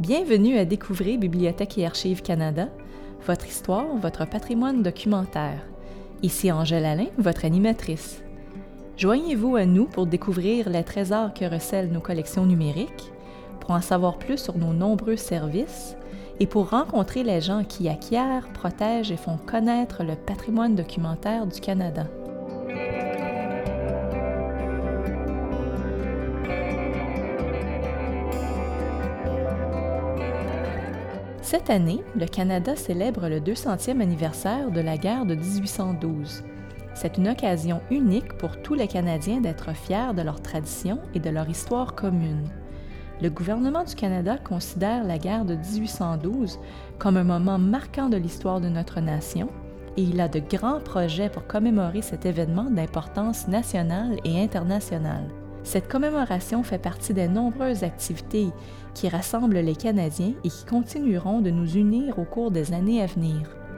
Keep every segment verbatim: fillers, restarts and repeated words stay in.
Bienvenue à Découvrir Bibliothèque et Archives Canada, votre histoire, votre patrimoine documentaire. Ici Angèle Alain, votre animatrice. Joignez-vous à nous pour découvrir les trésors que recèlent nos collections numériques, pour en savoir plus sur nos nombreux services et pour rencontrer les gens qui acquièrent, protègent et font connaître le patrimoine documentaire du Canada. Cette année, le Canada célèbre le deux centième anniversaire de la guerre de dix-huit cent douze. C'est une occasion unique pour tous les Canadiens d'être fiers de leur tradition et de leur histoire commune. Le gouvernement du Canada considère la guerre de dix-huit cent douze comme un moment marquant de l'histoire de notre nation et il a de grands projets pour commémorer cet événement d'importance nationale et internationale. Cette commémoration fait partie des nombreuses activités qui rassemblent les Canadiens et qui continueront de nous unir au cours des années à venir.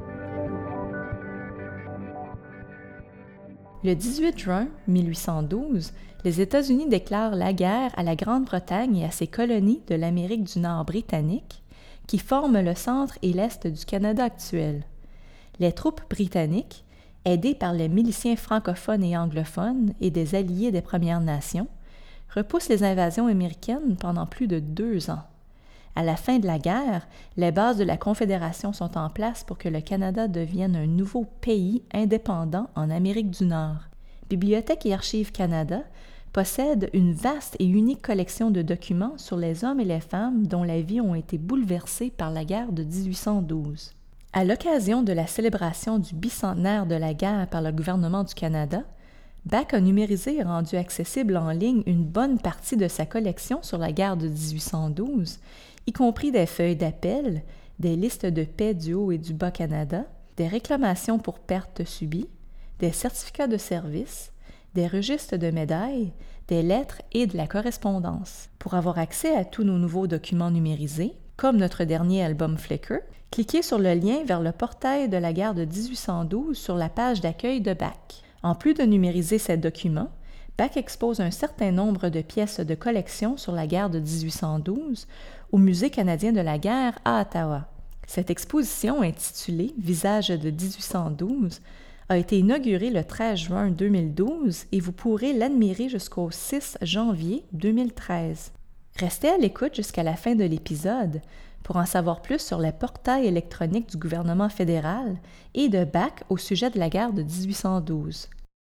Le dix-huit juin mille huit cent douze, les États-Unis déclarent la guerre à la Grande-Bretagne et à ses colonies de l'Amérique du Nord britannique, qui forment le centre et l'est du Canada actuel. Les troupes britanniques, aidés par les miliciens francophones et anglophones et des alliés des Premières Nations, repoussent les invasions américaines pendant plus de deux ans. À la fin de la guerre, les bases de la Confédération sont en place pour que le Canada devienne un nouveau pays indépendant en Amérique du Nord. Bibliothèque et Archives Canada possède une vaste et unique collection de documents sur les hommes et les femmes dont la vie ont été bouleversées par la guerre de dix-huit cent douze. À l'occasion de la célébration du bicentenaire de la guerre par le gouvernement du Canada, B A C a numérisé et rendu accessible en ligne une bonne partie de sa collection sur la guerre de dix-huit cent douze, y compris des feuilles d'appel, des listes de paix du Haut et du Bas-Canada, des réclamations pour pertes subies, des certificats de service, des registres de médailles, des lettres et de la correspondance. Pour avoir accès à tous nos nouveaux documents numérisés, comme notre dernier album Flickr, cliquez sur le lien vers le portail de la guerre de dix-huit cent douze sur la page d'accueil de B A C. En plus de numériser ces documents, B A C expose un certain nombre de pièces de collection sur la guerre de dix-huit cent douze au Musée canadien de la guerre à Ottawa. Cette exposition intitulée « Visage de dix-huit cent douze » a été inaugurée le treize juin deux mille douze et vous pourrez l'admirer jusqu'au six janvier deux mille treize. Restez à l'écoute jusqu'à la fin de l'épisode pour en savoir plus sur les portails électroniques du gouvernement fédéral et de B A C au sujet de la guerre de dix-huit cent douze.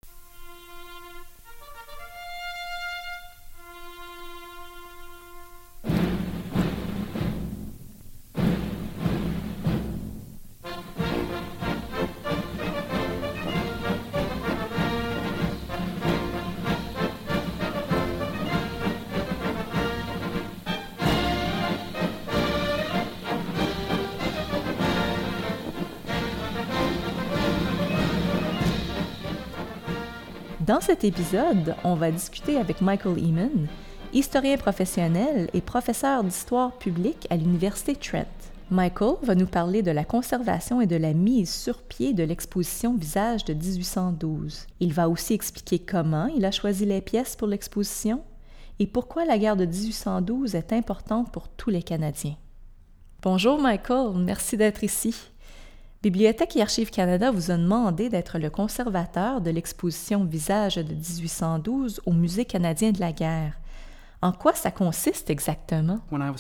Dans cet épisode, on va discuter avec Michael Eamon, historien professionnel et professeur d'histoire publique à l'Université Trent. Michael va nous parler de la conservation et de la mise sur pied de l'exposition Visage de dix-huit cent douze. Il va aussi expliquer comment il a choisi les pièces pour l'exposition et pourquoi la guerre de dix-huit cent douze est importante pour tous les Canadiens. Bonjour Michael, merci d'être ici. Bibliothèque et Archives Canada vous a demandé d'être le conservateur de l'exposition Visage de dix-huit cent douze au Musée canadien de la guerre. En quoi ça consiste exactement?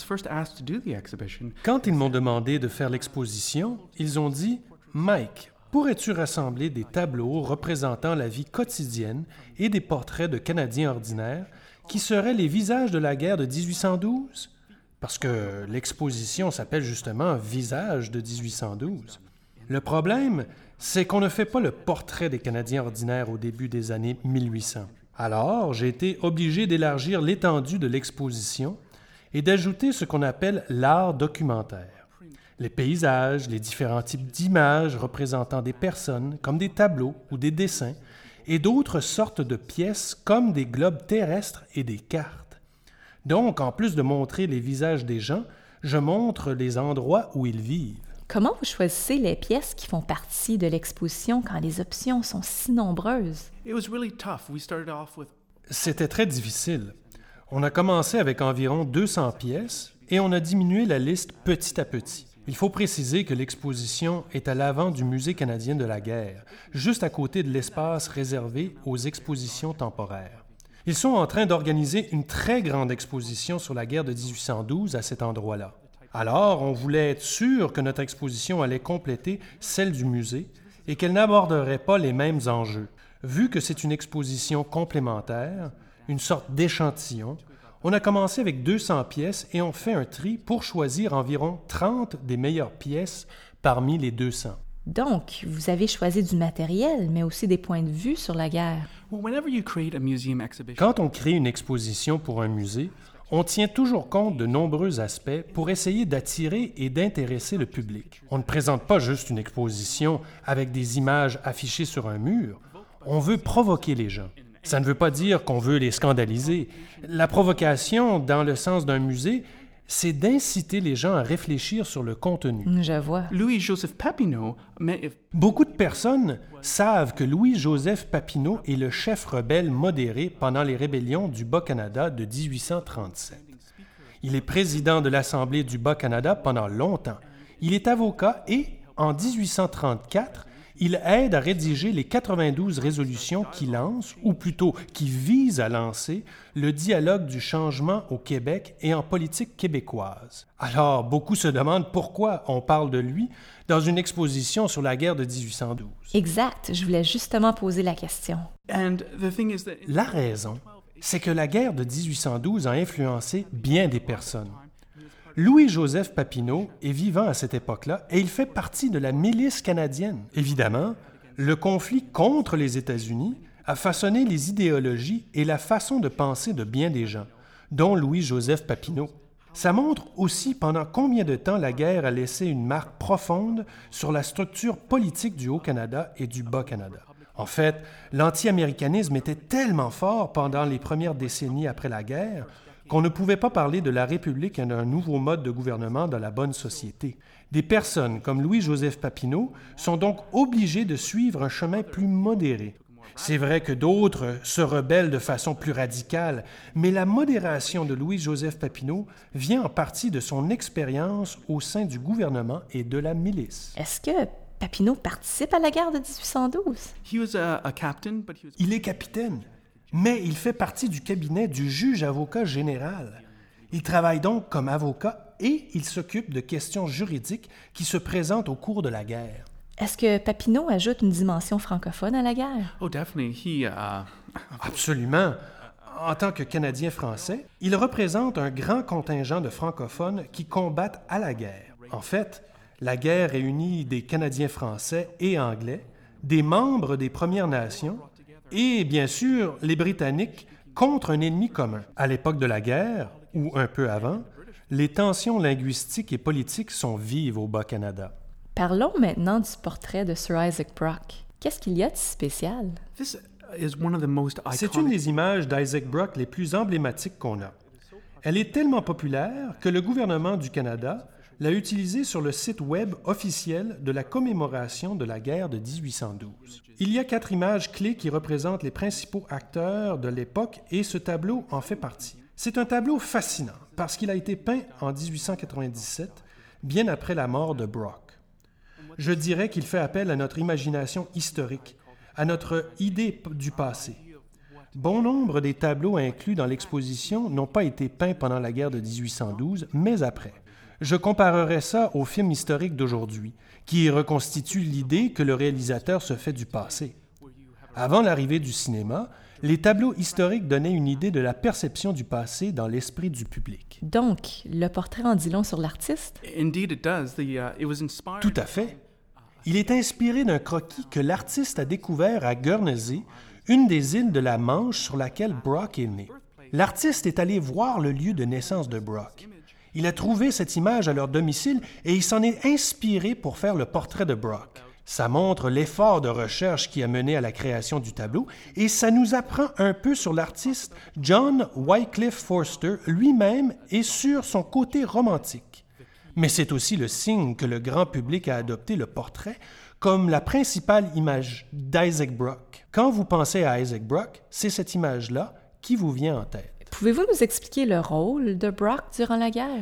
Quand ils m'ont demandé de faire l'exposition, ils ont dit « Mike, pourrais-tu rassembler des tableaux représentant la vie quotidienne et des portraits de Canadiens ordinaires qui seraient les visages de la guerre de dix-huit cent douze? » Parce que l'exposition s'appelle justement « Visage de dix-huit cent douze ». Le problème, c'est qu'on ne fait pas le portrait des Canadiens ordinaires au début des années mille huit cents. Alors, j'ai été obligé d'élargir l'étendue de l'exposition et d'ajouter ce qu'on appelle l'art documentaire. Les paysages, les différents types d'images représentant des personnes, comme des tableaux ou des dessins, et d'autres sortes de pièces comme des globes terrestres et des cartes. Donc, en plus de montrer les visages des gens, je montre les endroits où ils vivent. Comment vous choisissez les pièces qui font partie de l'exposition quand les options sont si nombreuses? C'était très difficile. On a commencé avec environ deux cents pièces, et on a diminué la liste petit à petit. Il faut préciser que l'exposition est à l'avant du Musée canadien de la guerre, juste à côté de l'espace réservé aux expositions temporaires. Ils sont en train d'organiser une très grande exposition sur la guerre de dix-huit cent douze à cet endroit-là. Alors, on voulait être sûr que notre exposition allait compléter celle du musée et qu'elle n'aborderait pas les mêmes enjeux. Vu que c'est une exposition complémentaire, une sorte d'échantillon, on a commencé avec deux cents pièces et on fait un tri pour choisir environ trente des meilleures pièces parmi les deux cents. Donc, vous avez choisi du matériel, mais aussi des points de vue sur la guerre. Quand on crée une exposition pour un musée, on tient toujours compte de nombreux aspects pour essayer d'attirer et d'intéresser le public. On ne présente pas juste une exposition avec des images affichées sur un mur, on veut provoquer les gens. Ça ne veut pas dire qu'on veut les scandaliser. La provocation, dans le sens d'un musée, c'est d'inciter les gens à réfléchir sur le contenu. Je vois. Louis-Joseph Papineau, mais... Beaucoup de personnes savent que Louis-Joseph Papineau est le chef rebelle modéré pendant les rébellions du Bas-Canada de dix-huit cent trente-sept. Il est président de l'Assemblée du Bas-Canada pendant longtemps. Il est avocat et, en dix-huit cent trente-quatre, il aide à rédiger les quatre-vingt-douze résolutions qui lancent, ou plutôt qui visent à lancer, le dialogue du changement au Québec et en politique québécoise. Alors, beaucoup se demandent pourquoi on parle de lui dans une exposition sur la guerre de dix-huit cent douze. Exact, je voulais justement poser la question. And the thing is that... La raison, c'est que la guerre de dix-huit cent douze a influencé bien des personnes. Louis-Joseph Papineau est vivant à cette époque-là et il fait partie de la milice canadienne. Évidemment, le conflit contre les États-Unis a façonné les idéologies et la façon de penser de bien des gens, dont Louis-Joseph Papineau. Ça montre aussi pendant combien de temps la guerre a laissé une marque profonde sur la structure politique du Haut-Canada et du Bas-Canada. En fait, l'anti-américanisme était tellement fort pendant les premières décennies après la guerre qu'on ne pouvait pas parler de la République et d'un nouveau mode de gouvernement dans la bonne société. Des personnes comme Louis-Joseph Papineau sont donc obligées de suivre un chemin plus modéré. C'est vrai que d'autres se rebellent de façon plus radicale, mais la modération de Louis-Joseph Papineau vient en partie de son expérience au sein du gouvernement et de la milice. Est-ce que Papineau participe à la guerre de dix-huit cent douze? He was a, a captain, but he was... Il est capitaine, mais il fait partie du cabinet du juge-avocat général. Il travaille donc comme avocat et il s'occupe de questions juridiques qui se présentent au cours de la guerre. Est-ce que Papineau ajoute une dimension francophone à la guerre? Oh, definitely. He, uh... Absolument. En tant que Canadien français, il représente un grand contingent de francophones qui combattent à la guerre. En fait, la guerre réunit des Canadiens français et anglais, des membres des Premières Nations et, bien sûr, les Britanniques contre un ennemi commun. À l'époque de la guerre, ou un peu avant, les tensions linguistiques et politiques sont vives au Bas-Canada. Parlons maintenant du portrait de Sir Isaac Brock. Qu'est-ce qu'il y a de si spécial? This is one of the most iconic... C'est une des images d'Isaac Brock les plus emblématiques qu'on a. Elle est tellement populaire que le gouvernement du Canada l'a utilisée sur le site web officiel de la commémoration de la guerre de dix-huit cent douze. Il y a quatre images clés qui représentent les principaux acteurs de l'époque et ce tableau en fait partie. C'est un tableau fascinant parce qu'il a été peint en dix-huit cent quatre-vingt-dix-sept, bien après la mort de Brock. Je dirais qu'il fait appel à notre imagination historique, à notre idée du passé. Bon nombre des tableaux inclus dans l'exposition n'ont pas été peints pendant la guerre de dix-huit cent douze, mais après. Je comparerais ça au film historique d'aujourd'hui, qui reconstitue l'idée que le réalisateur se fait du passé. Avant l'arrivée du cinéma, les tableaux historiques donnaient une idée de la perception du passé dans l'esprit du public. Donc, le portrait en dit long sur l'artiste? Indeed it does. The, uh, it was inspired... Tout à fait. Il est inspiré d'un croquis que l'artiste a découvert à Guernesey, une des îles de la Manche sur laquelle Brock est né. L'artiste est allé voir le lieu de naissance de Brock. Il a trouvé cette image à leur domicile et il s'en est inspiré pour faire le portrait de Brock. Ça montre l'effort de recherche qui a mené à la création du tableau et ça nous apprend un peu sur l'artiste John Wycliffe Forster lui-même et sur son côté romantique. Mais c'est aussi le signe que le grand public a adopté le portrait comme la principale image d'Isaac Brock. Quand vous pensez à Isaac Brock, c'est cette image-là qui vous vient en tête. Pouvez-vous nous expliquer le rôle de Brock durant la guerre?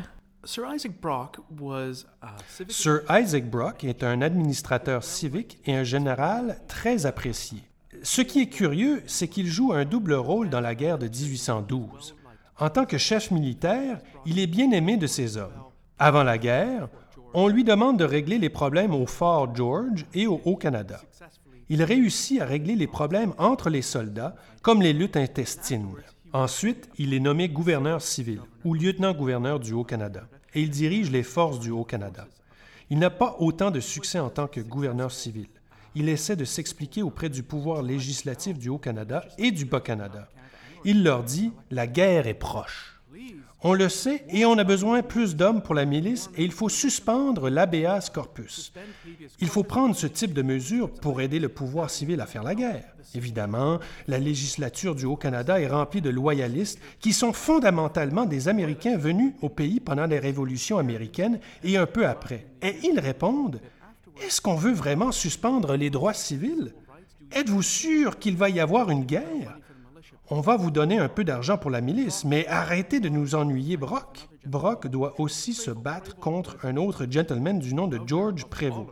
Sir Isaac Brock was a civic Sir Isaac Brock est un administrateur civique et un général très apprécié. Ce qui est curieux, c'est qu'il joue un double rôle dans la guerre de dix-huit cent douze. En tant que chef militaire, il est bien aimé de ses hommes. Avant la guerre, on lui demande de régler les problèmes au Fort George et au Haut-Canada. Il réussit à régler les problèmes entre les soldats, comme les luttes intestines. Ensuite, il est nommé gouverneur civil ou lieutenant-gouverneur du Haut-Canada et il dirige les forces du Haut-Canada. Il n'a pas autant de succès en tant que gouverneur civil. Il essaie de s'expliquer auprès du pouvoir législatif du Haut-Canada et du Bas-Canada. Il leur dit « La guerre est proche ». On le sait et on a besoin plus d'hommes pour la milice et il faut suspendre l'habeas corpus. Il faut prendre ce type de mesures pour aider le pouvoir civil à faire la guerre. Évidemment, la législature du Haut-Canada est remplie de loyalistes qui sont fondamentalement des Américains venus au pays pendant les révolutions américaines et un peu après. Et ils répondent « Est-ce qu'on veut vraiment suspendre les droits civils? Êtes-vous sûr qu'il va y avoir une guerre? On va vous donner un peu d'argent pour la milice, mais arrêtez de nous ennuyer, Brock. » Brock doit aussi se battre contre un autre gentleman du nom de George Prévost.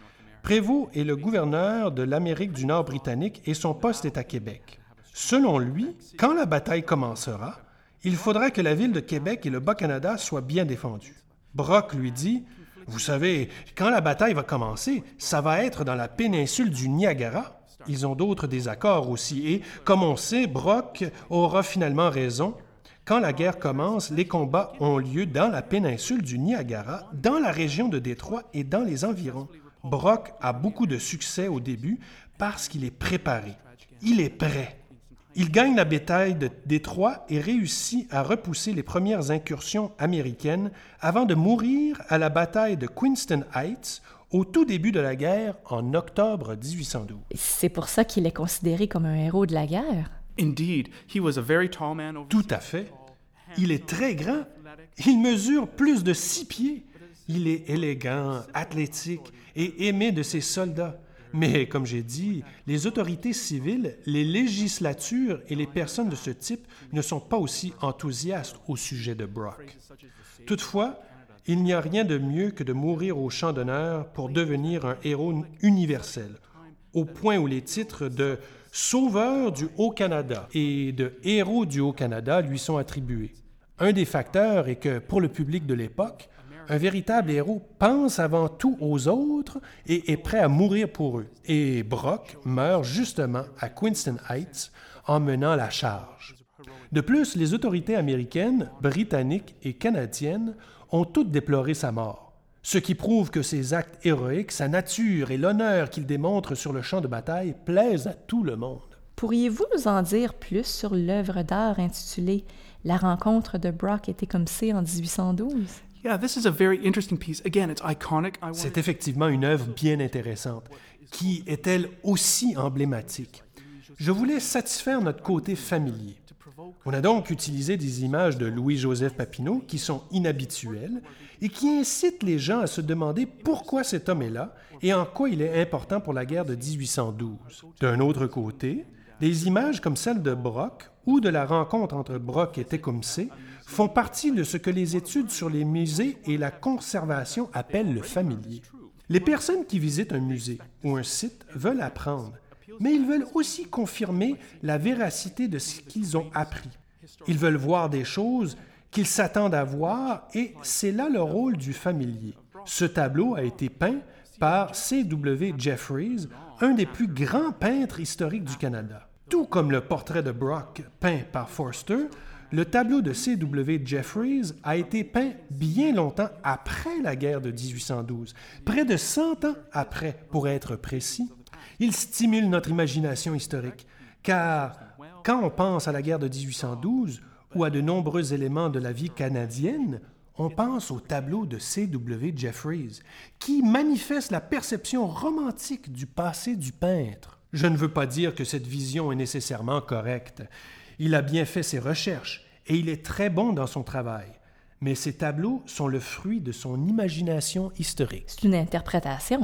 Prévost est le gouverneur de l'Amérique du Nord britannique et son poste est à Québec. Selon lui, quand la bataille commencera, il faudra que la ville de Québec et le Bas-Canada soient bien défendus. Brock lui dit « Vous savez, quand la bataille va commencer, ça va être dans la péninsule du Niagara. » Ils ont d'autres désaccords aussi et, comme on sait, Brock aura finalement raison. Quand la guerre commence, les combats ont lieu dans la péninsule du Niagara, dans la région de Détroit et dans les environs. Brock a beaucoup de succès au début parce qu'il est préparé. Il est prêt. Il gagne la bataille de Détroit et réussit à repousser les premières incursions américaines avant de mourir à la bataille de Queenston Heights au tout début de la guerre en octobre dix-huit cent douze. C'est pour ça qu'il est considéré comme un héros de la guerre. Indeed, he was a very tall man over Tout à fait. Il est très grand. Il mesure plus de six pieds. Il est élégant, athlétique et aimé de ses soldats. Mais, comme j'ai dit, les autorités civiles, les législatures et les personnes de ce type ne sont pas aussi enthousiastes au sujet de Brock. Toutefois, il n'y a rien de mieux que de mourir au champ d'honneur pour devenir un héros universel, au point où les titres de « Sauveur du Haut-Canada » et de « Héros du Haut-Canada » lui sont attribués. Un des facteurs est que, pour le public de l'époque, un véritable héros pense avant tout aux autres et est prêt à mourir pour eux. Et Brock meurt justement à Queenston Heights en menant la charge. De plus, les autorités américaines, britanniques et canadiennes ont toutes déploré sa mort, ce qui prouve que ses actes héroïques, sa nature et l'honneur qu'il démontre sur le champ de bataille plaisent à tout le monde. Pourriez-vous nous en dire plus sur l'œuvre d'art intitulée « La rencontre de Brock et Tecumseh en dix-huit cent douze » ? Yeah, this is a very interesting piece. Again, it's iconic. I C'est wanted... effectivement une œuvre bien intéressante, qui est-elle aussi emblématique. Je voulais satisfaire notre côté familier. On a donc utilisé des images de Louis-Joseph Papineau qui sont inhabituelles et qui incitent les gens à se demander pourquoi cet homme est là et en quoi il est important pour la guerre de dix-huit cent douze. D'un autre côté, des images comme celle de Brock ou de la rencontre entre Brock et Tecumseh font partie de ce que les études sur les musées et la conservation appellent le familier. Les personnes qui visitent un musée ou un site veulent apprendre, mais ils veulent aussi confirmer la véracité de ce qu'ils ont appris. Ils veulent voir des choses qu'ils s'attendent à voir et c'est là le rôle du familier. Ce tableau a été peint par C W Jeffreys, un des plus grands peintres historiques du Canada. Tout comme le portrait de Brock peint par Forster, le tableau de C W Jeffreys a été peint bien longtemps après la guerre de dix-huit cent douze, près de cent ans après, pour être précis. Il stimule notre imagination historique, car quand on pense à la guerre de dix-huit cent douze ou à de nombreux éléments de la vie canadienne, on pense au tableau de C W Jeffreys, qui manifeste la perception romantique du passé du peintre. Je ne veux pas dire que cette vision est nécessairement correcte. Il a bien fait ses recherches et il est très bon dans son travail, mais ces tableaux sont le fruit de son imagination historique. C'est une interprétation.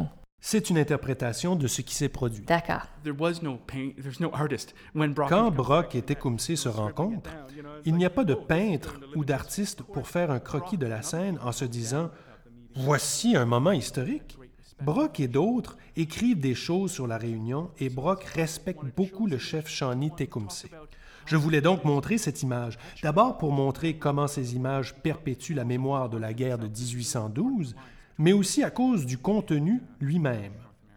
C'est une interprétation de ce qui s'est produit. D'accord. There was no paint, there's no artist. When Brock Quand Brock et Tecumseh se rencontrent, il n'y a pas de peintre ou d'artiste pour faire un croquis de la scène en se disant « Voici un moment historique ». Brock et d'autres écrivent des choses sur la Réunion et Brock respecte beaucoup le chef Shawnee Tecumseh. Je voulais donc montrer cette image, d'abord pour montrer comment ces images perpétuent la mémoire de la guerre de dix-huit cent douze, mais aussi à cause du contenu lui-même.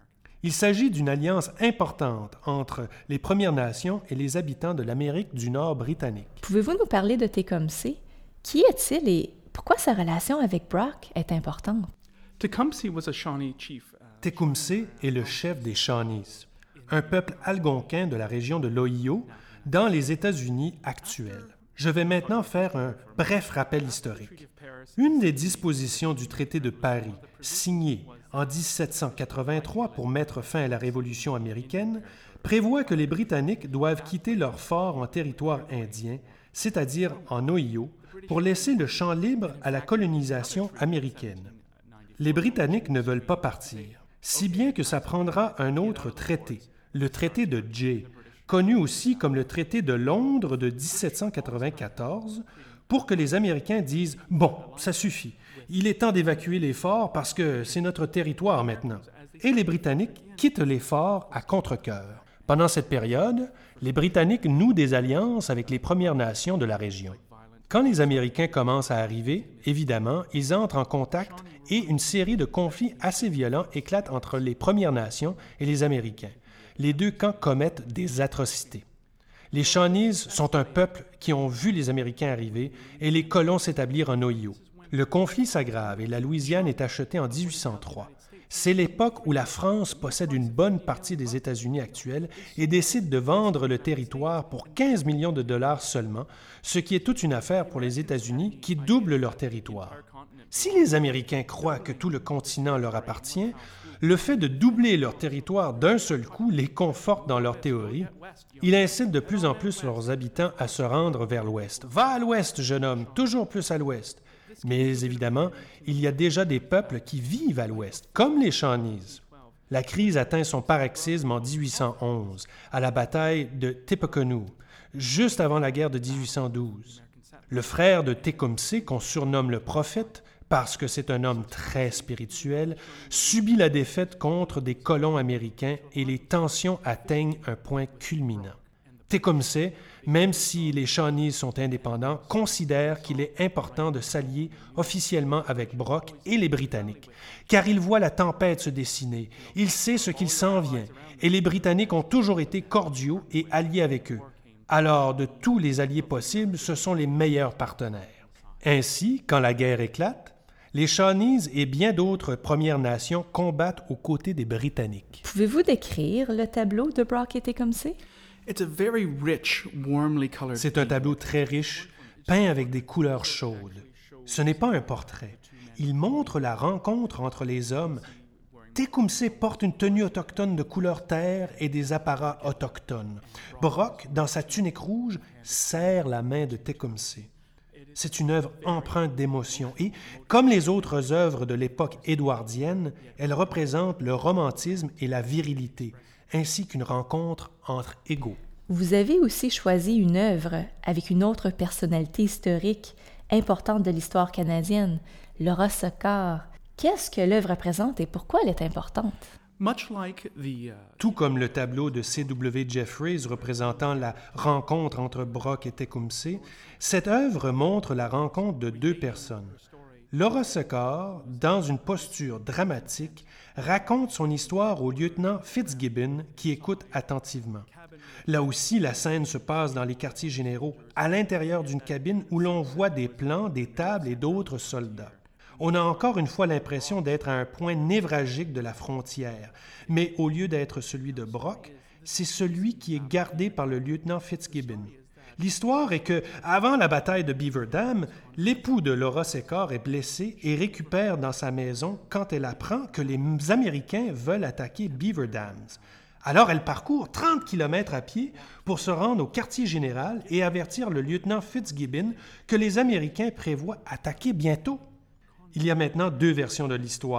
Il s'agit d'une alliance importante entre les Premières Nations et les habitants de l'Amérique du Nord britannique. Pouvez-vous nous parler de Tecumseh? Qui est-il et pourquoi sa relation avec Brock est importante? Tecumseh was a Shawnee chief. uh, Tecumseh est le chef des Shawnees, un peuple algonquin de la région de l'Ohio, dans les États-Unis actuels. Je vais maintenant faire un bref rappel historique. Une des dispositions du traité de Paris, signé en dix-sept cent quatre-vingt-trois pour mettre fin à la Révolution américaine, prévoit que les Britanniques doivent quitter leur fort en territoire indien, c'est-à-dire en Ohio, pour laisser le champ libre à la colonisation américaine. Les Britanniques ne veulent pas partir, si bien que ça prendra un autre traité, le traité de Jay, connu aussi comme le traité de Londres de dix-sept cent quatre-vingt-quatorze, pour que les Américains disent « Bon, ça suffit, il est temps d'évacuer les forts parce que c'est notre territoire maintenant. » Et les Britanniques quittent les forts à contre-cœur. Pendant cette période, les Britanniques nouent des alliances avec les Premières Nations de la région. Quand les Américains commencent à arriver, évidemment, ils entrent en contact et une série de conflits assez violents éclatent entre les Premières Nations et les Américains. Les deux camps commettent des atrocités. Les Shawnees sont un peuple qui ont vu les Américains arriver et les colons s'établir en Ohio. Le conflit s'aggrave et la Louisiane est achetée en dix-huit cent trois. C'est l'époque où la France possède une bonne partie des États-Unis actuels et décide de vendre le territoire pour quinze millions de dollars seulement, ce qui est toute une affaire pour les États-Unis qui doublent leur territoire. Si les Américains croient que tout le continent leur appartient, le fait de doubler leur territoire d'un seul coup les conforte dans leur théorie. Il incite de plus en plus leurs habitants à se rendre vers l'ouest. « Va à l'ouest, jeune homme, toujours plus à l'ouest. » Mais évidemment, il y a déjà des peuples qui vivent à l'ouest, comme les Shawnees. La crise atteint son paroxysme en dix-huit cent onze, à la bataille de Tippecanoe, juste avant la guerre de dix-huit cent douze. Le frère de Tecumseh, qu'on surnomme le prophète, parce que c'est un homme très spirituel, subit la défaite contre des colons américains et les tensions atteignent un point culminant. Tecumseh, même si les Shawnees sont indépendants, considère qu'il est important de s'allier officiellement avec Brock et les Britanniques, car il voit la tempête se dessiner, il sait ce qu'il s'en vient, et les Britanniques ont toujours été cordiaux et alliés avec eux. Alors, de tous les alliés possibles, ce sont les meilleurs partenaires. Ainsi, quand la guerre éclate, les Shawnees et bien d'autres Premières Nations combattent aux côtés des Britanniques. Pouvez-vous décrire le tableau de Brock et Tecumseh? It's a very rich, warmly colored. C'est un tableau très riche, peint avec des couleurs chaudes. Ce n'est pas un portrait. Il montre la rencontre entre les hommes. Tecumseh porte une tenue autochtone de couleur terre et des apparats autochtones. Brock, dans sa tunique rouge, serre la main de Tecumseh. C'est une œuvre empreinte d'émotion et, comme les autres œuvres de l'époque édouardienne, elle représente le romantisme et la virilité, ainsi qu'une rencontre entre égaux. Vous avez aussi choisi une œuvre avec une autre personnalité historique importante de l'histoire canadienne, Laura Secord. Qu'est-ce que l'œuvre représente et pourquoi elle est importante? Much like the, uh, Tout comme le tableau de C W Jeffreys représentant la rencontre entre Brock et Tecumseh, cette œuvre montre la rencontre de deux personnes. Laura Secord, dans une posture dramatique, raconte son histoire au lieutenant Fitzgibbon qui écoute attentivement. Là aussi, la scène se passe dans les quartiers généraux, à l'intérieur d'une cabine où l'on voit des plans, des tables et d'autres soldats. On a encore une fois l'impression d'être à un point névralgique de la frontière, mais au lieu d'être celui de Brock, c'est celui qui est gardé par le lieutenant Fitzgibbon. L'histoire est que, avant la bataille de Beaver Dam, l'époux de Laura Secord est blessé et récupère dans sa maison quand elle apprend que les Américains veulent attaquer Beaver Dams. Alors elle parcourt trente kilomètres à pied pour se rendre au quartier général et avertir le lieutenant Fitzgibbon que les Américains prévoient attaquer bientôt. Il y a maintenant deux versions de l'histoire.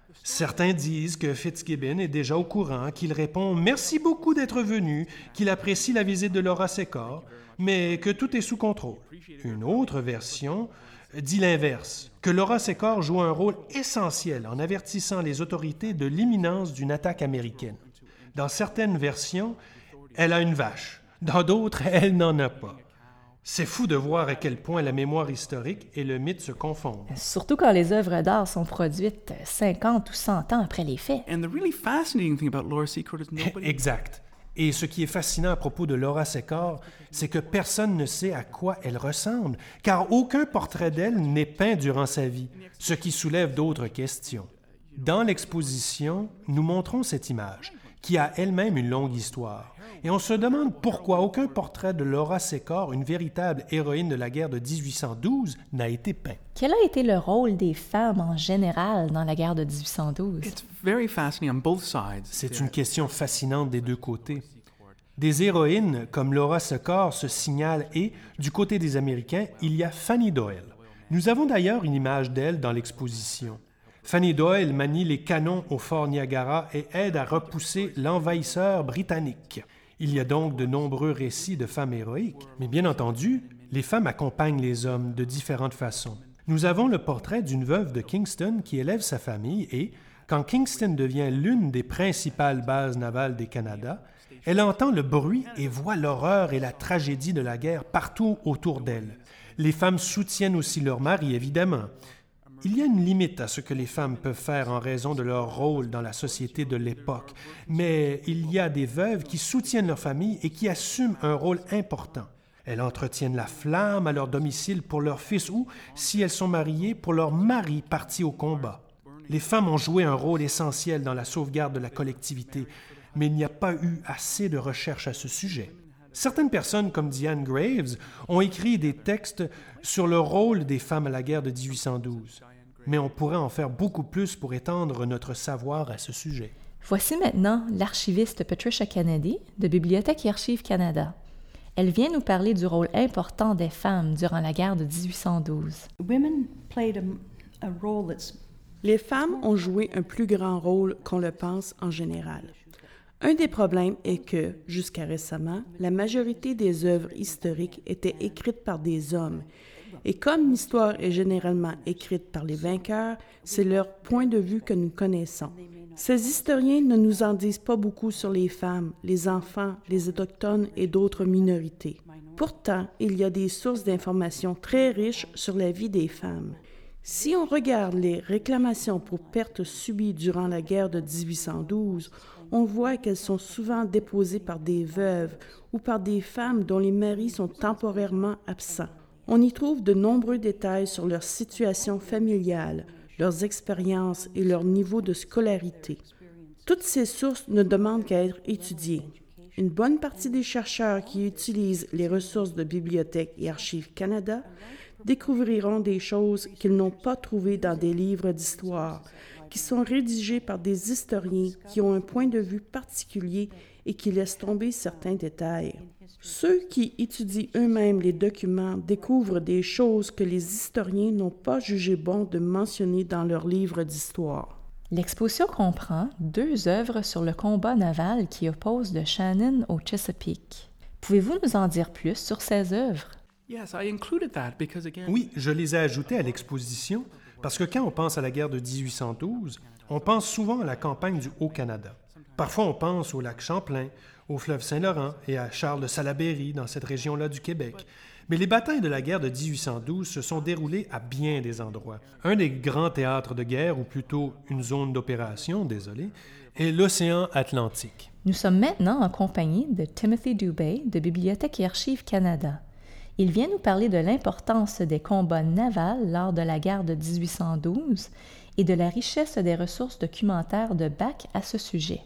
Certains disent que Fitzgibbon est déjà au courant, qu'il répond « Merci beaucoup d'être venu », qu'il apprécie la visite de Laura Secord, mais que tout est sous contrôle. Une autre version dit l'inverse, que Laura Secord joue un rôle essentiel en avertissant les autorités de l'imminence d'une attaque américaine. Dans certaines versions, elle a une vache. Dans d'autres, elle n'en a pas. C'est fou de voir à quel point la mémoire historique et le mythe se confondent. Surtout quand les œuvres d'art sont produites cinquante ou cent ans après les faits. And the really fascinating thing about Laura Secord is nobody... Exact. Et ce qui est fascinant à propos de Laura Secord, c'est que personne ne sait à quoi elle ressemble, car aucun portrait d'elle n'est peint durant sa vie, ce qui soulève d'autres questions. Dans l'exposition, nous montrons cette image, qui a elle-même une longue histoire. Et on se demande pourquoi aucun portrait de Laura Secord, une véritable héroïne de la guerre de dix-huit cent douze, n'a été peint. Quel a été le rôle des femmes en général dans la guerre de dix-huit cent douze? It's very fascinating on both sides. C'est une question fascinante des deux côtés. Des héroïnes comme Laura Secord se signalent et, du côté des Américains, il y a Fanny Doyle. Nous avons d'ailleurs une image d'elle dans l'exposition. Fanny Doyle manie les canons au fort Niagara et aide à repousser l'envahisseur britannique. Il y a donc de nombreux récits de femmes héroïques, mais bien entendu, les femmes accompagnent les hommes de différentes façons. Nous avons le portrait d'une veuve de Kingston qui élève sa famille et, quand Kingston devient l'une des principales bases navales des Canada, elle entend le bruit et voit l'horreur et la tragédie de la guerre partout autour d'elle. Les femmes soutiennent aussi leur mari, évidemment. Il y a une limite à ce que les femmes peuvent faire en raison de leur rôle dans la société de l'époque, mais il y a des veuves qui soutiennent leur famille et qui assument un rôle important. Elles entretiennent la flamme à leur domicile pour leur fils ou, si elles sont mariées, pour leur mari parti au combat. Les femmes ont joué un rôle essentiel dans la sauvegarde de la collectivité, mais il n'y a pas eu assez de recherche à ce sujet. Certaines personnes, comme Diane Graves, ont écrit des textes sur le rôle des femmes à la guerre de dix-huit cent douze. Mais on pourrait en faire beaucoup plus pour étendre notre savoir à ce sujet. Voici maintenant l'archiviste Patricia Kennedy de Bibliothèque et Archives Canada. Elle vient nous parler du rôle important des femmes durant la guerre de dix-huit cent douze. Women played a, a role that's... Les femmes ont joué un plus grand rôle qu'on le pense en général. Un des problèmes est que, jusqu'à récemment, la majorité des œuvres historiques étaient écrites par des hommes. Et comme l'histoire est généralement écrite par les vainqueurs, c'est leur point de vue que nous connaissons. Ces historiens ne nous en disent pas beaucoup sur les femmes, les enfants, les autochtones et d'autres minorités. Pourtant, il y a des sources d'informations très riches sur la vie des femmes. Si on regarde les réclamations pour pertes subies durant la guerre de dix-huit cent douze, on voit qu'elles sont souvent déposées par des veuves ou par des femmes dont les maris sont temporairement absents. On y trouve de nombreux détails sur leur situation familiale, leurs expériences et leur niveau de scolarité. Toutes ces sources ne demandent qu'à être étudiées. Une bonne partie des chercheurs qui utilisent les ressources de Bibliothèque et Archives Canada découvriront des choses qu'ils n'ont pas trouvées dans des livres d'histoire, qui sont rédigés par des historiens qui ont un point de vue particulier et qui laissent tomber certains détails. Ceux qui étudient eux-mêmes les documents découvrent des choses que les historiens n'ont pas jugé bon de mentionner dans leurs livres d'histoire. L'exposition comprend deux œuvres sur le combat naval qui oppose le Shannon au Chesapeake. Pouvez-vous nous en dire plus sur ces œuvres? Yes, I included that because again... Oui, je les ai ajoutées à l'exposition parce que quand on pense à la guerre de dix-huit cent douze, on pense souvent à la campagne du Haut-Canada. Parfois, on pense au lac Champlain, au fleuve Saint-Laurent et à Charles de Salaberry dans cette région-là du Québec. Mais les batailles de la guerre de dix-huit cent douze se sont déroulées à bien des endroits. Un des grands théâtres de guerre, ou plutôt une zone d'opération, désolé, est l'océan Atlantique. Nous sommes maintenant en compagnie de Timothy Dubé de Bibliothèque et Archives Canada. Il vient nous parler de l'importance des combats navals lors de la guerre de dix-huit cent douze et de la richesse des ressources documentaires de Bach à ce sujet.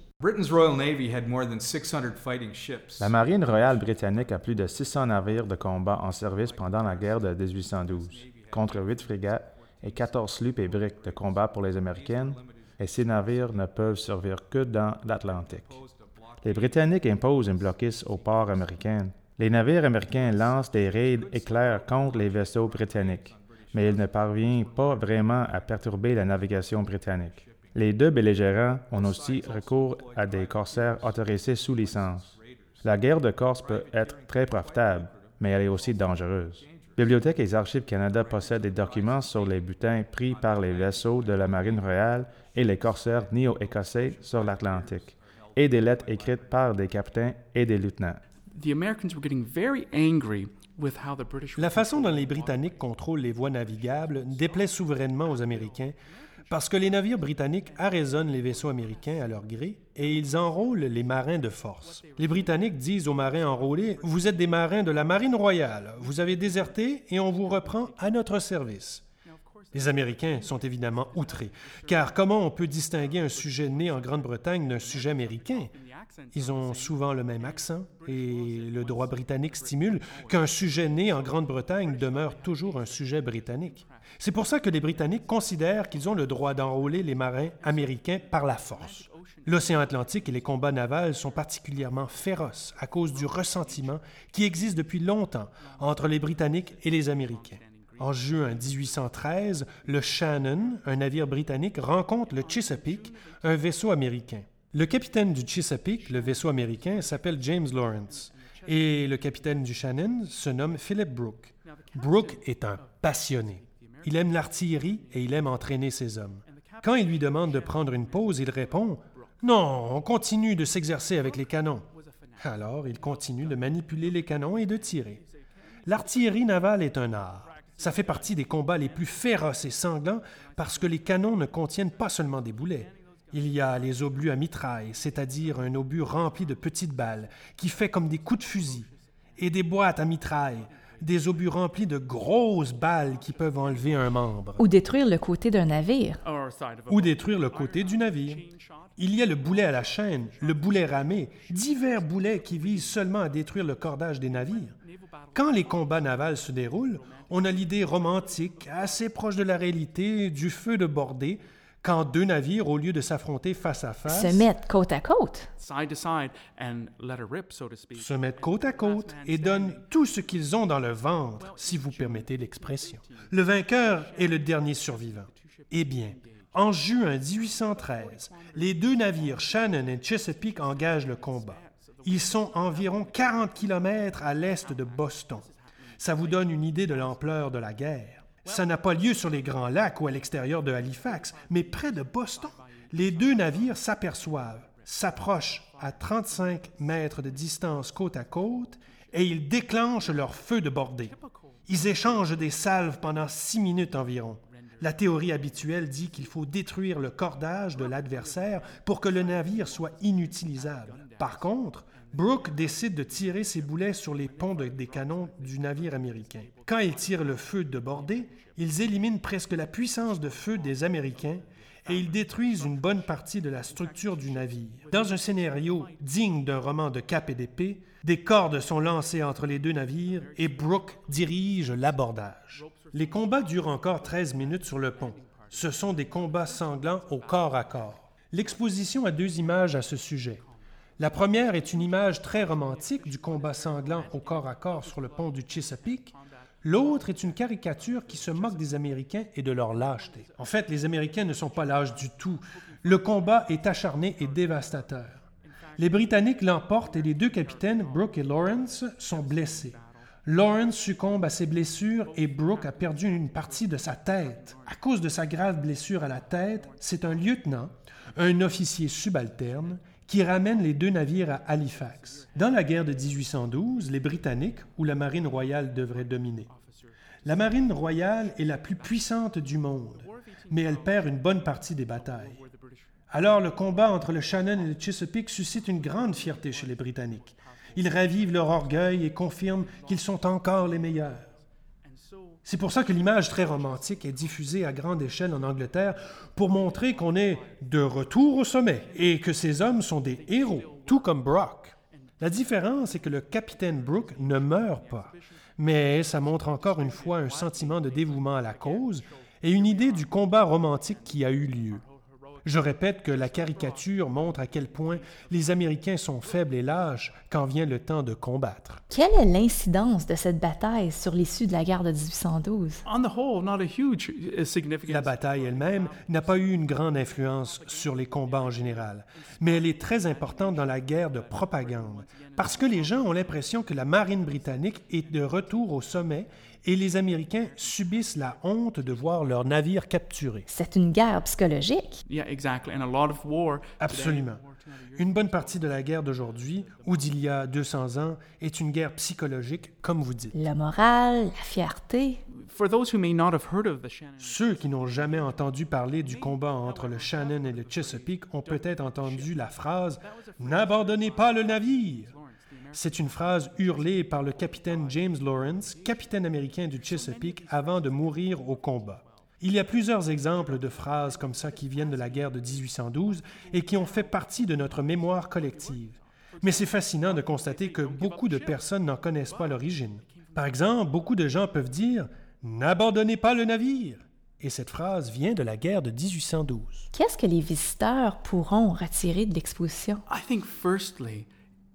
La Marine royale britannique a plus de six cents navires de combat en service pendant la guerre de dix-huit cent douze, contre huit frégates et quatorze sloops et briques de combat pour les Américaines, et ces navires ne peuvent servir que dans l'Atlantique. Les Britanniques imposent une blocus aux ports américains. Les navires américains lancent des raids éclairs contre les vaisseaux britanniques, mais ils ne parviennent pas vraiment à perturber la navigation britannique. Les deux belligérants ont aussi recours à des corsaires autorisés sous licence. La guerre de Corse peut être très profitable, mais elle est aussi dangereuse. Bibliothèque et Archives Canada possèdent des documents sur les butins pris par les vaisseaux de la Marine royale et les corsaires néo-écossais sur l'Atlantique, et des lettres écrites par des capitaines et des lieutenants. The Americans were getting very angry with how the British La façon dont les Britanniques contrôlent les voies navigables déplaît souverainement aux Américains parce que les navires britanniques arraisonnent les vaisseaux américains à leur gré et ils enrôlent les marins de force. Les Britanniques disent aux marins enrôlés « Vous êtes des marins de la Marine royale, vous avez déserté et on vous reprend à notre service. » Les Américains sont évidemment outrés, car comment on peut distinguer un sujet né en Grande-Bretagne d'un sujet américain? Ils ont souvent le même accent et le droit britannique stimule qu'un sujet né en Grande-Bretagne demeure toujours un sujet britannique. C'est pour ça que les Britanniques considèrent qu'ils ont le droit d'enrôler les marins américains par la force. L'océan Atlantique et les combats navals sont particulièrement féroces à cause du ressentiment qui existe depuis longtemps entre les Britanniques et les Américains. En juin dix-huit cent treize, le Shannon, un navire britannique, rencontre le Chesapeake, un vaisseau américain. Le capitaine du Chesapeake, le vaisseau américain, s'appelle James Lawrence et le capitaine du Shannon se nomme Philip Brooke. Brooke est un passionné. Il aime l'artillerie et il aime entraîner ses hommes. Quand il lui demande de prendre une pause, il répond « Non, on continue de s'exercer avec les canons. » Alors, il continue de manipuler les canons et de tirer. L'artillerie navale est un art. Ça fait partie des combats les plus féroces et sanglants parce que les canons ne contiennent pas seulement des boulets. Il y a les obus à mitraille, c'est-à-dire un obus rempli de petites balles qui fait comme des coups de fusil, et des boîtes à mitraille, des obus remplis de grosses balles qui peuvent enlever un membre. Ou détruire le côté d'un navire. Ou détruire le côté du navire. Il y a le boulet à la chaîne, le boulet ramé, divers boulets qui visent seulement à détruire le cordage des navires. Quand les combats navals se déroulent, on a l'idée romantique, assez proche de la réalité, du feu de bordée, quand deux navires, au lieu de s'affronter face à face, Se mettent côte à côte. side to side and let her rip, so to speak. se mettent côte à côte et donnent tout ce qu'ils ont dans le ventre, si vous permettez l'expression. Le vainqueur est le dernier survivant. Eh bien, en juin dix-huit cent treize, les deux navires Shannon et Chesapeake engagent le combat. Ils sont environ quarante kilomètres à l'est de Boston. Ça vous donne une idée de l'ampleur de la guerre. Ça n'a pas lieu sur les Grands Lacs ou à l'extérieur de Halifax, mais près de Boston. Les deux navires s'aperçoivent, s'approchent à trente-cinq mètres de distance côte à côte et ils déclenchent leur feu de bordée. Ils échangent des salves pendant six minutes environ. La théorie habituelle dit qu'il faut détruire le cordage de l'adversaire pour que le navire soit inutilisable. Par contre, Brooke décide de tirer ses boulets sur les ponts de, des canons du navire américain. Quand ils tirent le feu de bordée, ils éliminent presque la puissance de feu des Américains et ils détruisent une bonne partie de la structure du navire. Dans un scénario digne d'un roman de cap et d'épée, des cordes sont lancées entre les deux navires et Brooke dirige l'abordage. Les combats durent encore treize minutes sur le pont. Ce sont des combats sanglants au corps à corps. L'exposition a deux images à ce sujet. La première est une image très romantique du combat sanglant au corps à corps sur le pont du Chesapeake. L'autre est une caricature qui se moque des Américains et de leur lâcheté. En fait, les Américains ne sont pas lâches du tout. Le combat est acharné et dévastateur. Les Britanniques l'emportent et les deux capitaines, Brooke et Lawrence, sont blessés. Lawrence succombe à ses blessures et Brooke a perdu une partie de sa tête. À cause de sa grave blessure à la tête, c'est un lieutenant, un officier subalterne, qui ramène les deux navires à Halifax. Dans la guerre de dix-huit cent douze, les Britanniques, ou la Marine royale, devraient dominer. La Marine royale est la plus puissante du monde, mais elle perd une bonne partie des batailles. Alors le combat entre le Shannon et le Chesapeake suscite une grande fierté chez les Britanniques. Ils ravivent leur orgueil et confirment qu'ils sont encore les meilleurs. C'est pour ça que l'image très romantique est diffusée à grande échelle en Angleterre pour montrer qu'on est de retour au sommet et que ces hommes sont des héros, tout comme Brock. La différence est que le capitaine Brooke ne meurt pas, mais ça montre encore une fois un sentiment de dévouement à la cause et une idée du combat romantique qui a eu lieu. Je répète que la caricature montre à quel point les Américains sont faibles et lâches quand vient le temps de combattre. Quelle est l'incidence de cette bataille sur l'issue de la guerre de dix-huit cent douze? On the whole, not a huge uh, significance. La bataille elle-même n'a pas eu une grande influence sur les combats en général, mais elle est très importante dans la guerre de propagande, parce que les gens ont l'impression que la marine britannique est de retour au sommet et les Américains subissent la honte de voir leurs navires capturés. C'est une guerre psychologique. Yeah, exactly. And a lot of war. Absolument. Une bonne partie de la guerre d'aujourd'hui, ou d'il y a deux cents ans, est une guerre psychologique, comme vous dites. Le moral, la fierté. For those who may not have heard of the Shannon. Ceux qui n'ont jamais entendu parler du combat entre le Shannon et le Chesapeake ont peut-être entendu la phrase « N'abandonnez pas le navire ». C'est une phrase hurlée par le capitaine James Lawrence, capitaine américain du Chesapeake, avant de mourir au combat. Il y a plusieurs exemples de phrases comme ça qui viennent de la guerre de dix-huit cent douze et qui ont fait partie de notre mémoire collective. Mais c'est fascinant de constater que beaucoup de personnes n'en connaissent pas l'origine. Par exemple, beaucoup de gens peuvent dire « N'abandonnez pas le navire ». Et cette phrase vient de la guerre de dix-huit cent douze. Qu'est-ce que les visiteurs pourront retirer de l'exposition? I think firstly,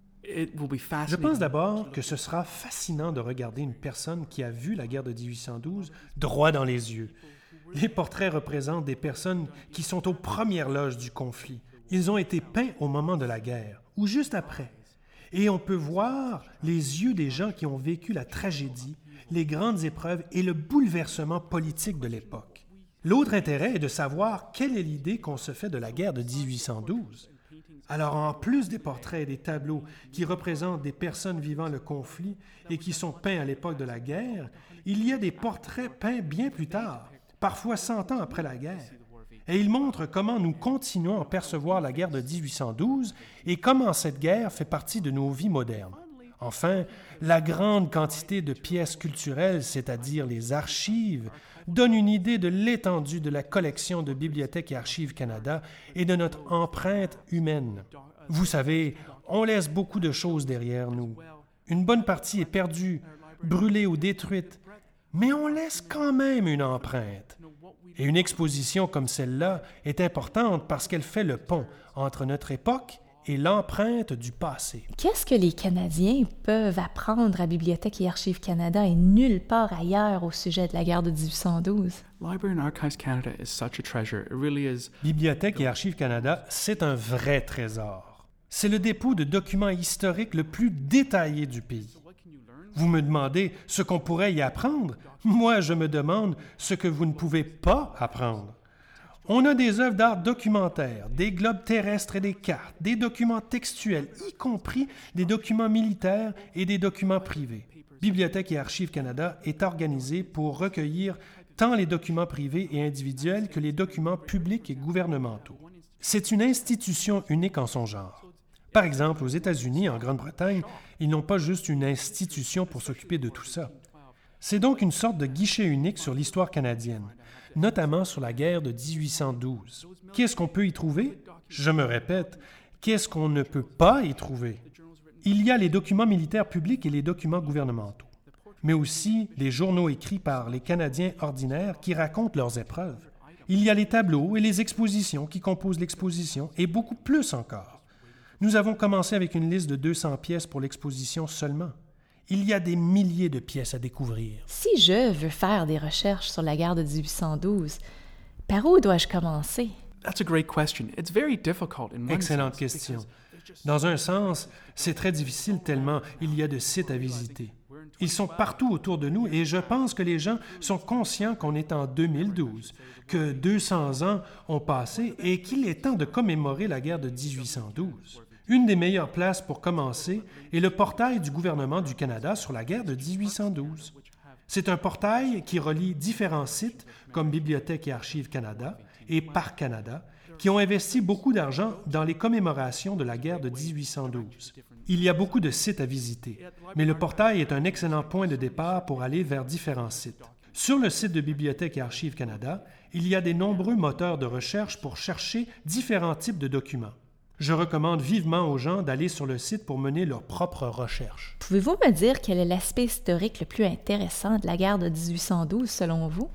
it will be Je fascinating. pense d'abord que ce sera fascinant de regarder une personne qui a vu la guerre de dix-huit cent douze droit dans les yeux. Les portraits représentent des personnes qui sont aux premières loges du conflit. Ils ont été peints au moment de la guerre, ou juste après. Et on peut voir les yeux des gens qui ont vécu la tragédie, les grandes épreuves et le bouleversement politique de l'époque. L'autre intérêt est de savoir quelle est l'idée qu'on se fait de la guerre de dix-huit cent douze. Alors, en plus des portraits et des tableaux qui représentent des personnes vivant le conflit et qui sont peints à l'époque de la guerre, il y a des portraits peints bien plus tard, parfois cent ans après la guerre. Et ils montrent comment nous continuons à percevoir la guerre de dix-huit cent douze et comment cette guerre fait partie de nos vies modernes. Enfin, la grande quantité de pièces culturelles, c'est-à-dire les archives, donne une idée de l'étendue de la collection de Bibliothèque et Archives Canada et de notre empreinte humaine. Vous savez, on laisse beaucoup de choses derrière nous. Une bonne partie est perdue, brûlée ou détruite, mais on laisse quand même une empreinte. Et une exposition comme celle-là est importante parce qu'elle fait le pont entre notre époque et l'empreinte du passé. Qu'est-ce que les Canadiens peuvent apprendre à Bibliothèque et Archives Canada et nulle part ailleurs au sujet de la guerre de dix-huit cent douze? Library and Archives Canada is such a treasure. It really is. Bibliothèque et Archives Canada, c'est un vrai trésor. C'est le dépôt de documents historiques le plus détaillé du pays. Vous me demandez ce qu'on pourrait y apprendre? Moi, je me demande ce que vous ne pouvez pas apprendre. On a des œuvres d'art documentaires, des globes terrestres et des cartes, des documents textuels, y compris des documents militaires et des documents privés. Bibliothèque et Archives Canada est organisée pour recueillir tant les documents privés et individuels que les documents publics et gouvernementaux. C'est une institution unique en son genre. Par exemple, aux États-Unis, en Grande-Bretagne, ils n'ont pas juste une institution pour s'occuper de tout ça. C'est donc une sorte de guichet unique sur l'histoire canadienne, notamment sur la guerre de dix-huit cent douze. Qu'est-ce qu'on peut y trouver? Je me répète, qu'est-ce qu'on ne peut pas y trouver? Il y a les documents militaires publics et les documents gouvernementaux, mais aussi les journaux écrits par les Canadiens ordinaires qui racontent leurs épreuves. Il y a les tableaux et les expositions qui composent l'exposition, et beaucoup plus encore. Nous avons commencé avec une liste de deux cents pièces pour l'exposition seulement. Il y a des milliers de pièces à découvrir. Si je veux faire des recherches sur la guerre de dix-huit cent douze, par où dois-je commencer? That's a great question. It's very difficult in one Excellente sense question. because Dans un sens, c'est très difficile tellement il y a de sites à visiter. Ils sont partout autour de nous et je pense que les gens sont conscients qu'on est en deux mille douze, que deux cents ans ont passé et qu'il est temps de commémorer la guerre de dix-huit cent douze. Une des meilleures places pour commencer est le portail du gouvernement du Canada sur la guerre de dix-huit cent douze. C'est un portail qui relie différents sites comme Bibliothèque et Archives Canada et Parc Canada qui ont investi beaucoup d'argent dans les commémorations de la guerre de dix-huit cent douze. Il y a beaucoup de sites à visiter, mais le portail est un excellent point de départ pour aller vers différents sites. Sur le site de Bibliothèque et Archives Canada, il y a des nombreux moteurs de recherche pour chercher différents types de documents. Je recommande vivement aux gens d'aller sur le site pour mener leurs propres recherches. Pouvez-vous me dire quel est l'aspect historique le plus intéressant de la guerre de dix-huit cent douze selon vous?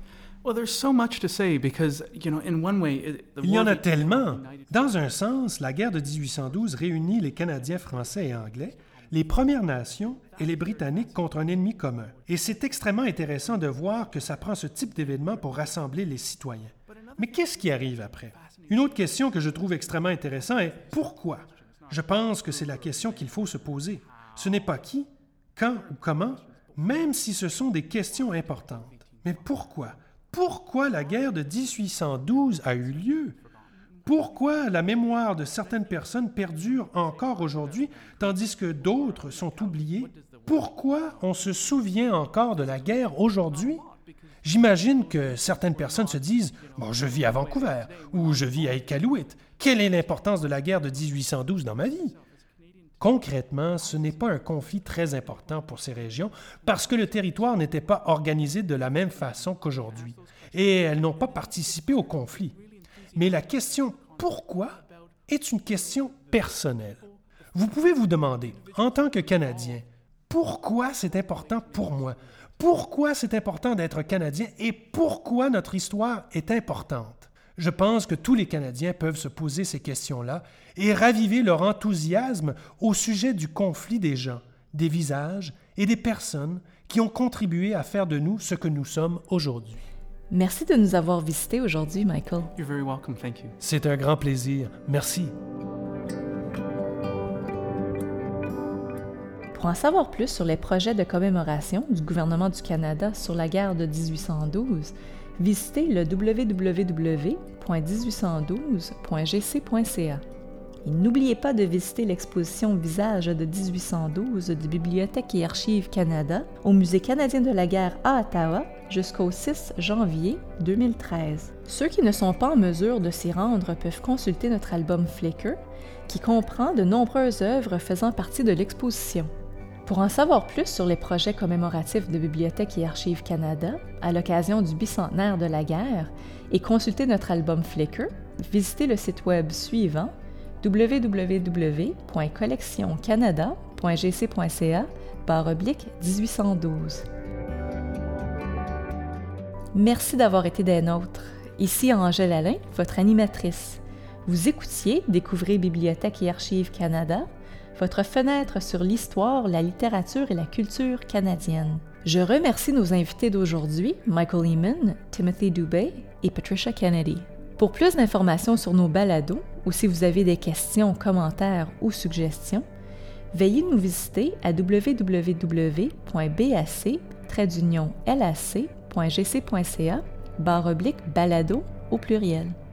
Well, there's so much to say because, you know, in one way, it- the Il y en war a of- tellement. Dans un sens, la guerre de dix-huit cent douze réunit les Canadiens français et anglais, les Premières Nations et les Britanniques contre un ennemi commun. Et c'est extrêmement intéressant de voir que ça prend ce type d'événement pour rassembler les citoyens. Mais qu'est-ce qui arrive après? Une autre question que je trouve extrêmement intéressante est pourquoi? Je pense que c'est la question qu'il faut se poser. Ce n'est pas qui, quand ou comment, même si ce sont des questions importantes. Mais pourquoi? Pourquoi la guerre de dix-huit cent douze a eu lieu? Pourquoi la mémoire de certaines personnes perdure encore aujourd'hui, tandis que d'autres sont oubliées? Pourquoi on se souvient encore de la guerre aujourd'hui? J'imagine que certaines personnes se disent « Bon, je vis à Vancouver » ou « Je vis à Iqaluit. Quelle est l'importance de la guerre de dix-huit cent douze dans ma vie? » Concrètement, ce n'est pas un conflit très important pour ces régions parce que le territoire n'était pas organisé de la même façon qu'aujourd'hui et elles n'ont pas participé au conflit. Mais la question « pourquoi » est une question personnelle. Vous pouvez vous demander, en tant que Canadien, pourquoi c'est important pour moi? Pourquoi c'est important d'être Canadien et pourquoi notre histoire est importante? Je pense que tous les Canadiens peuvent se poser ces questions-là et raviver leur enthousiasme au sujet du conflit des gens, des visages et des personnes qui ont contribué à faire de nous ce que nous sommes aujourd'hui. Merci de nous avoir visités aujourd'hui, Michael. You're very welcome. Thank you. C'est un grand plaisir. Merci. Pour en savoir plus sur les projets de commémoration du gouvernement du Canada sur la guerre de dix-huit cent douze, visitez le w w w point dix-huit cent douze point g c point c a. Et n'oubliez pas de visiter l'exposition Visages de dix-huit cent douze de Bibliothèque et Archives Canada au Musée canadien de la guerre à Ottawa jusqu'au six janvier deux mille treize. Ceux qui ne sont pas en mesure de s'y rendre peuvent consulter notre album Flickr, qui comprend de nombreuses œuvres faisant partie de l'exposition. Pour en savoir plus sur les projets commémoratifs de Bibliothèque et Archives Canada à l'occasion du bicentenaire de la guerre et consulter notre album Flickr, visitez le site web suivant w w w point collection canada point g c point c a barre oblique dix-huit cent douze. Merci d'avoir été des nôtres. Ici Angèle Alain, votre animatrice. Vous écoutiez Découvrez Bibliothèque et Archives Canada, votre fenêtre sur l'histoire, la littérature et la culture canadienne. Je remercie nos invités d'aujourd'hui, Michael Eman, Timothy Dubé et Patricia Kennedy. Pour plus d'informations sur nos balados, ou si vous avez des questions, commentaires ou suggestions, veuillez nous visiter à w w w point b a c trait d'union l a c point g c point c a barre oblique balado au pluriel.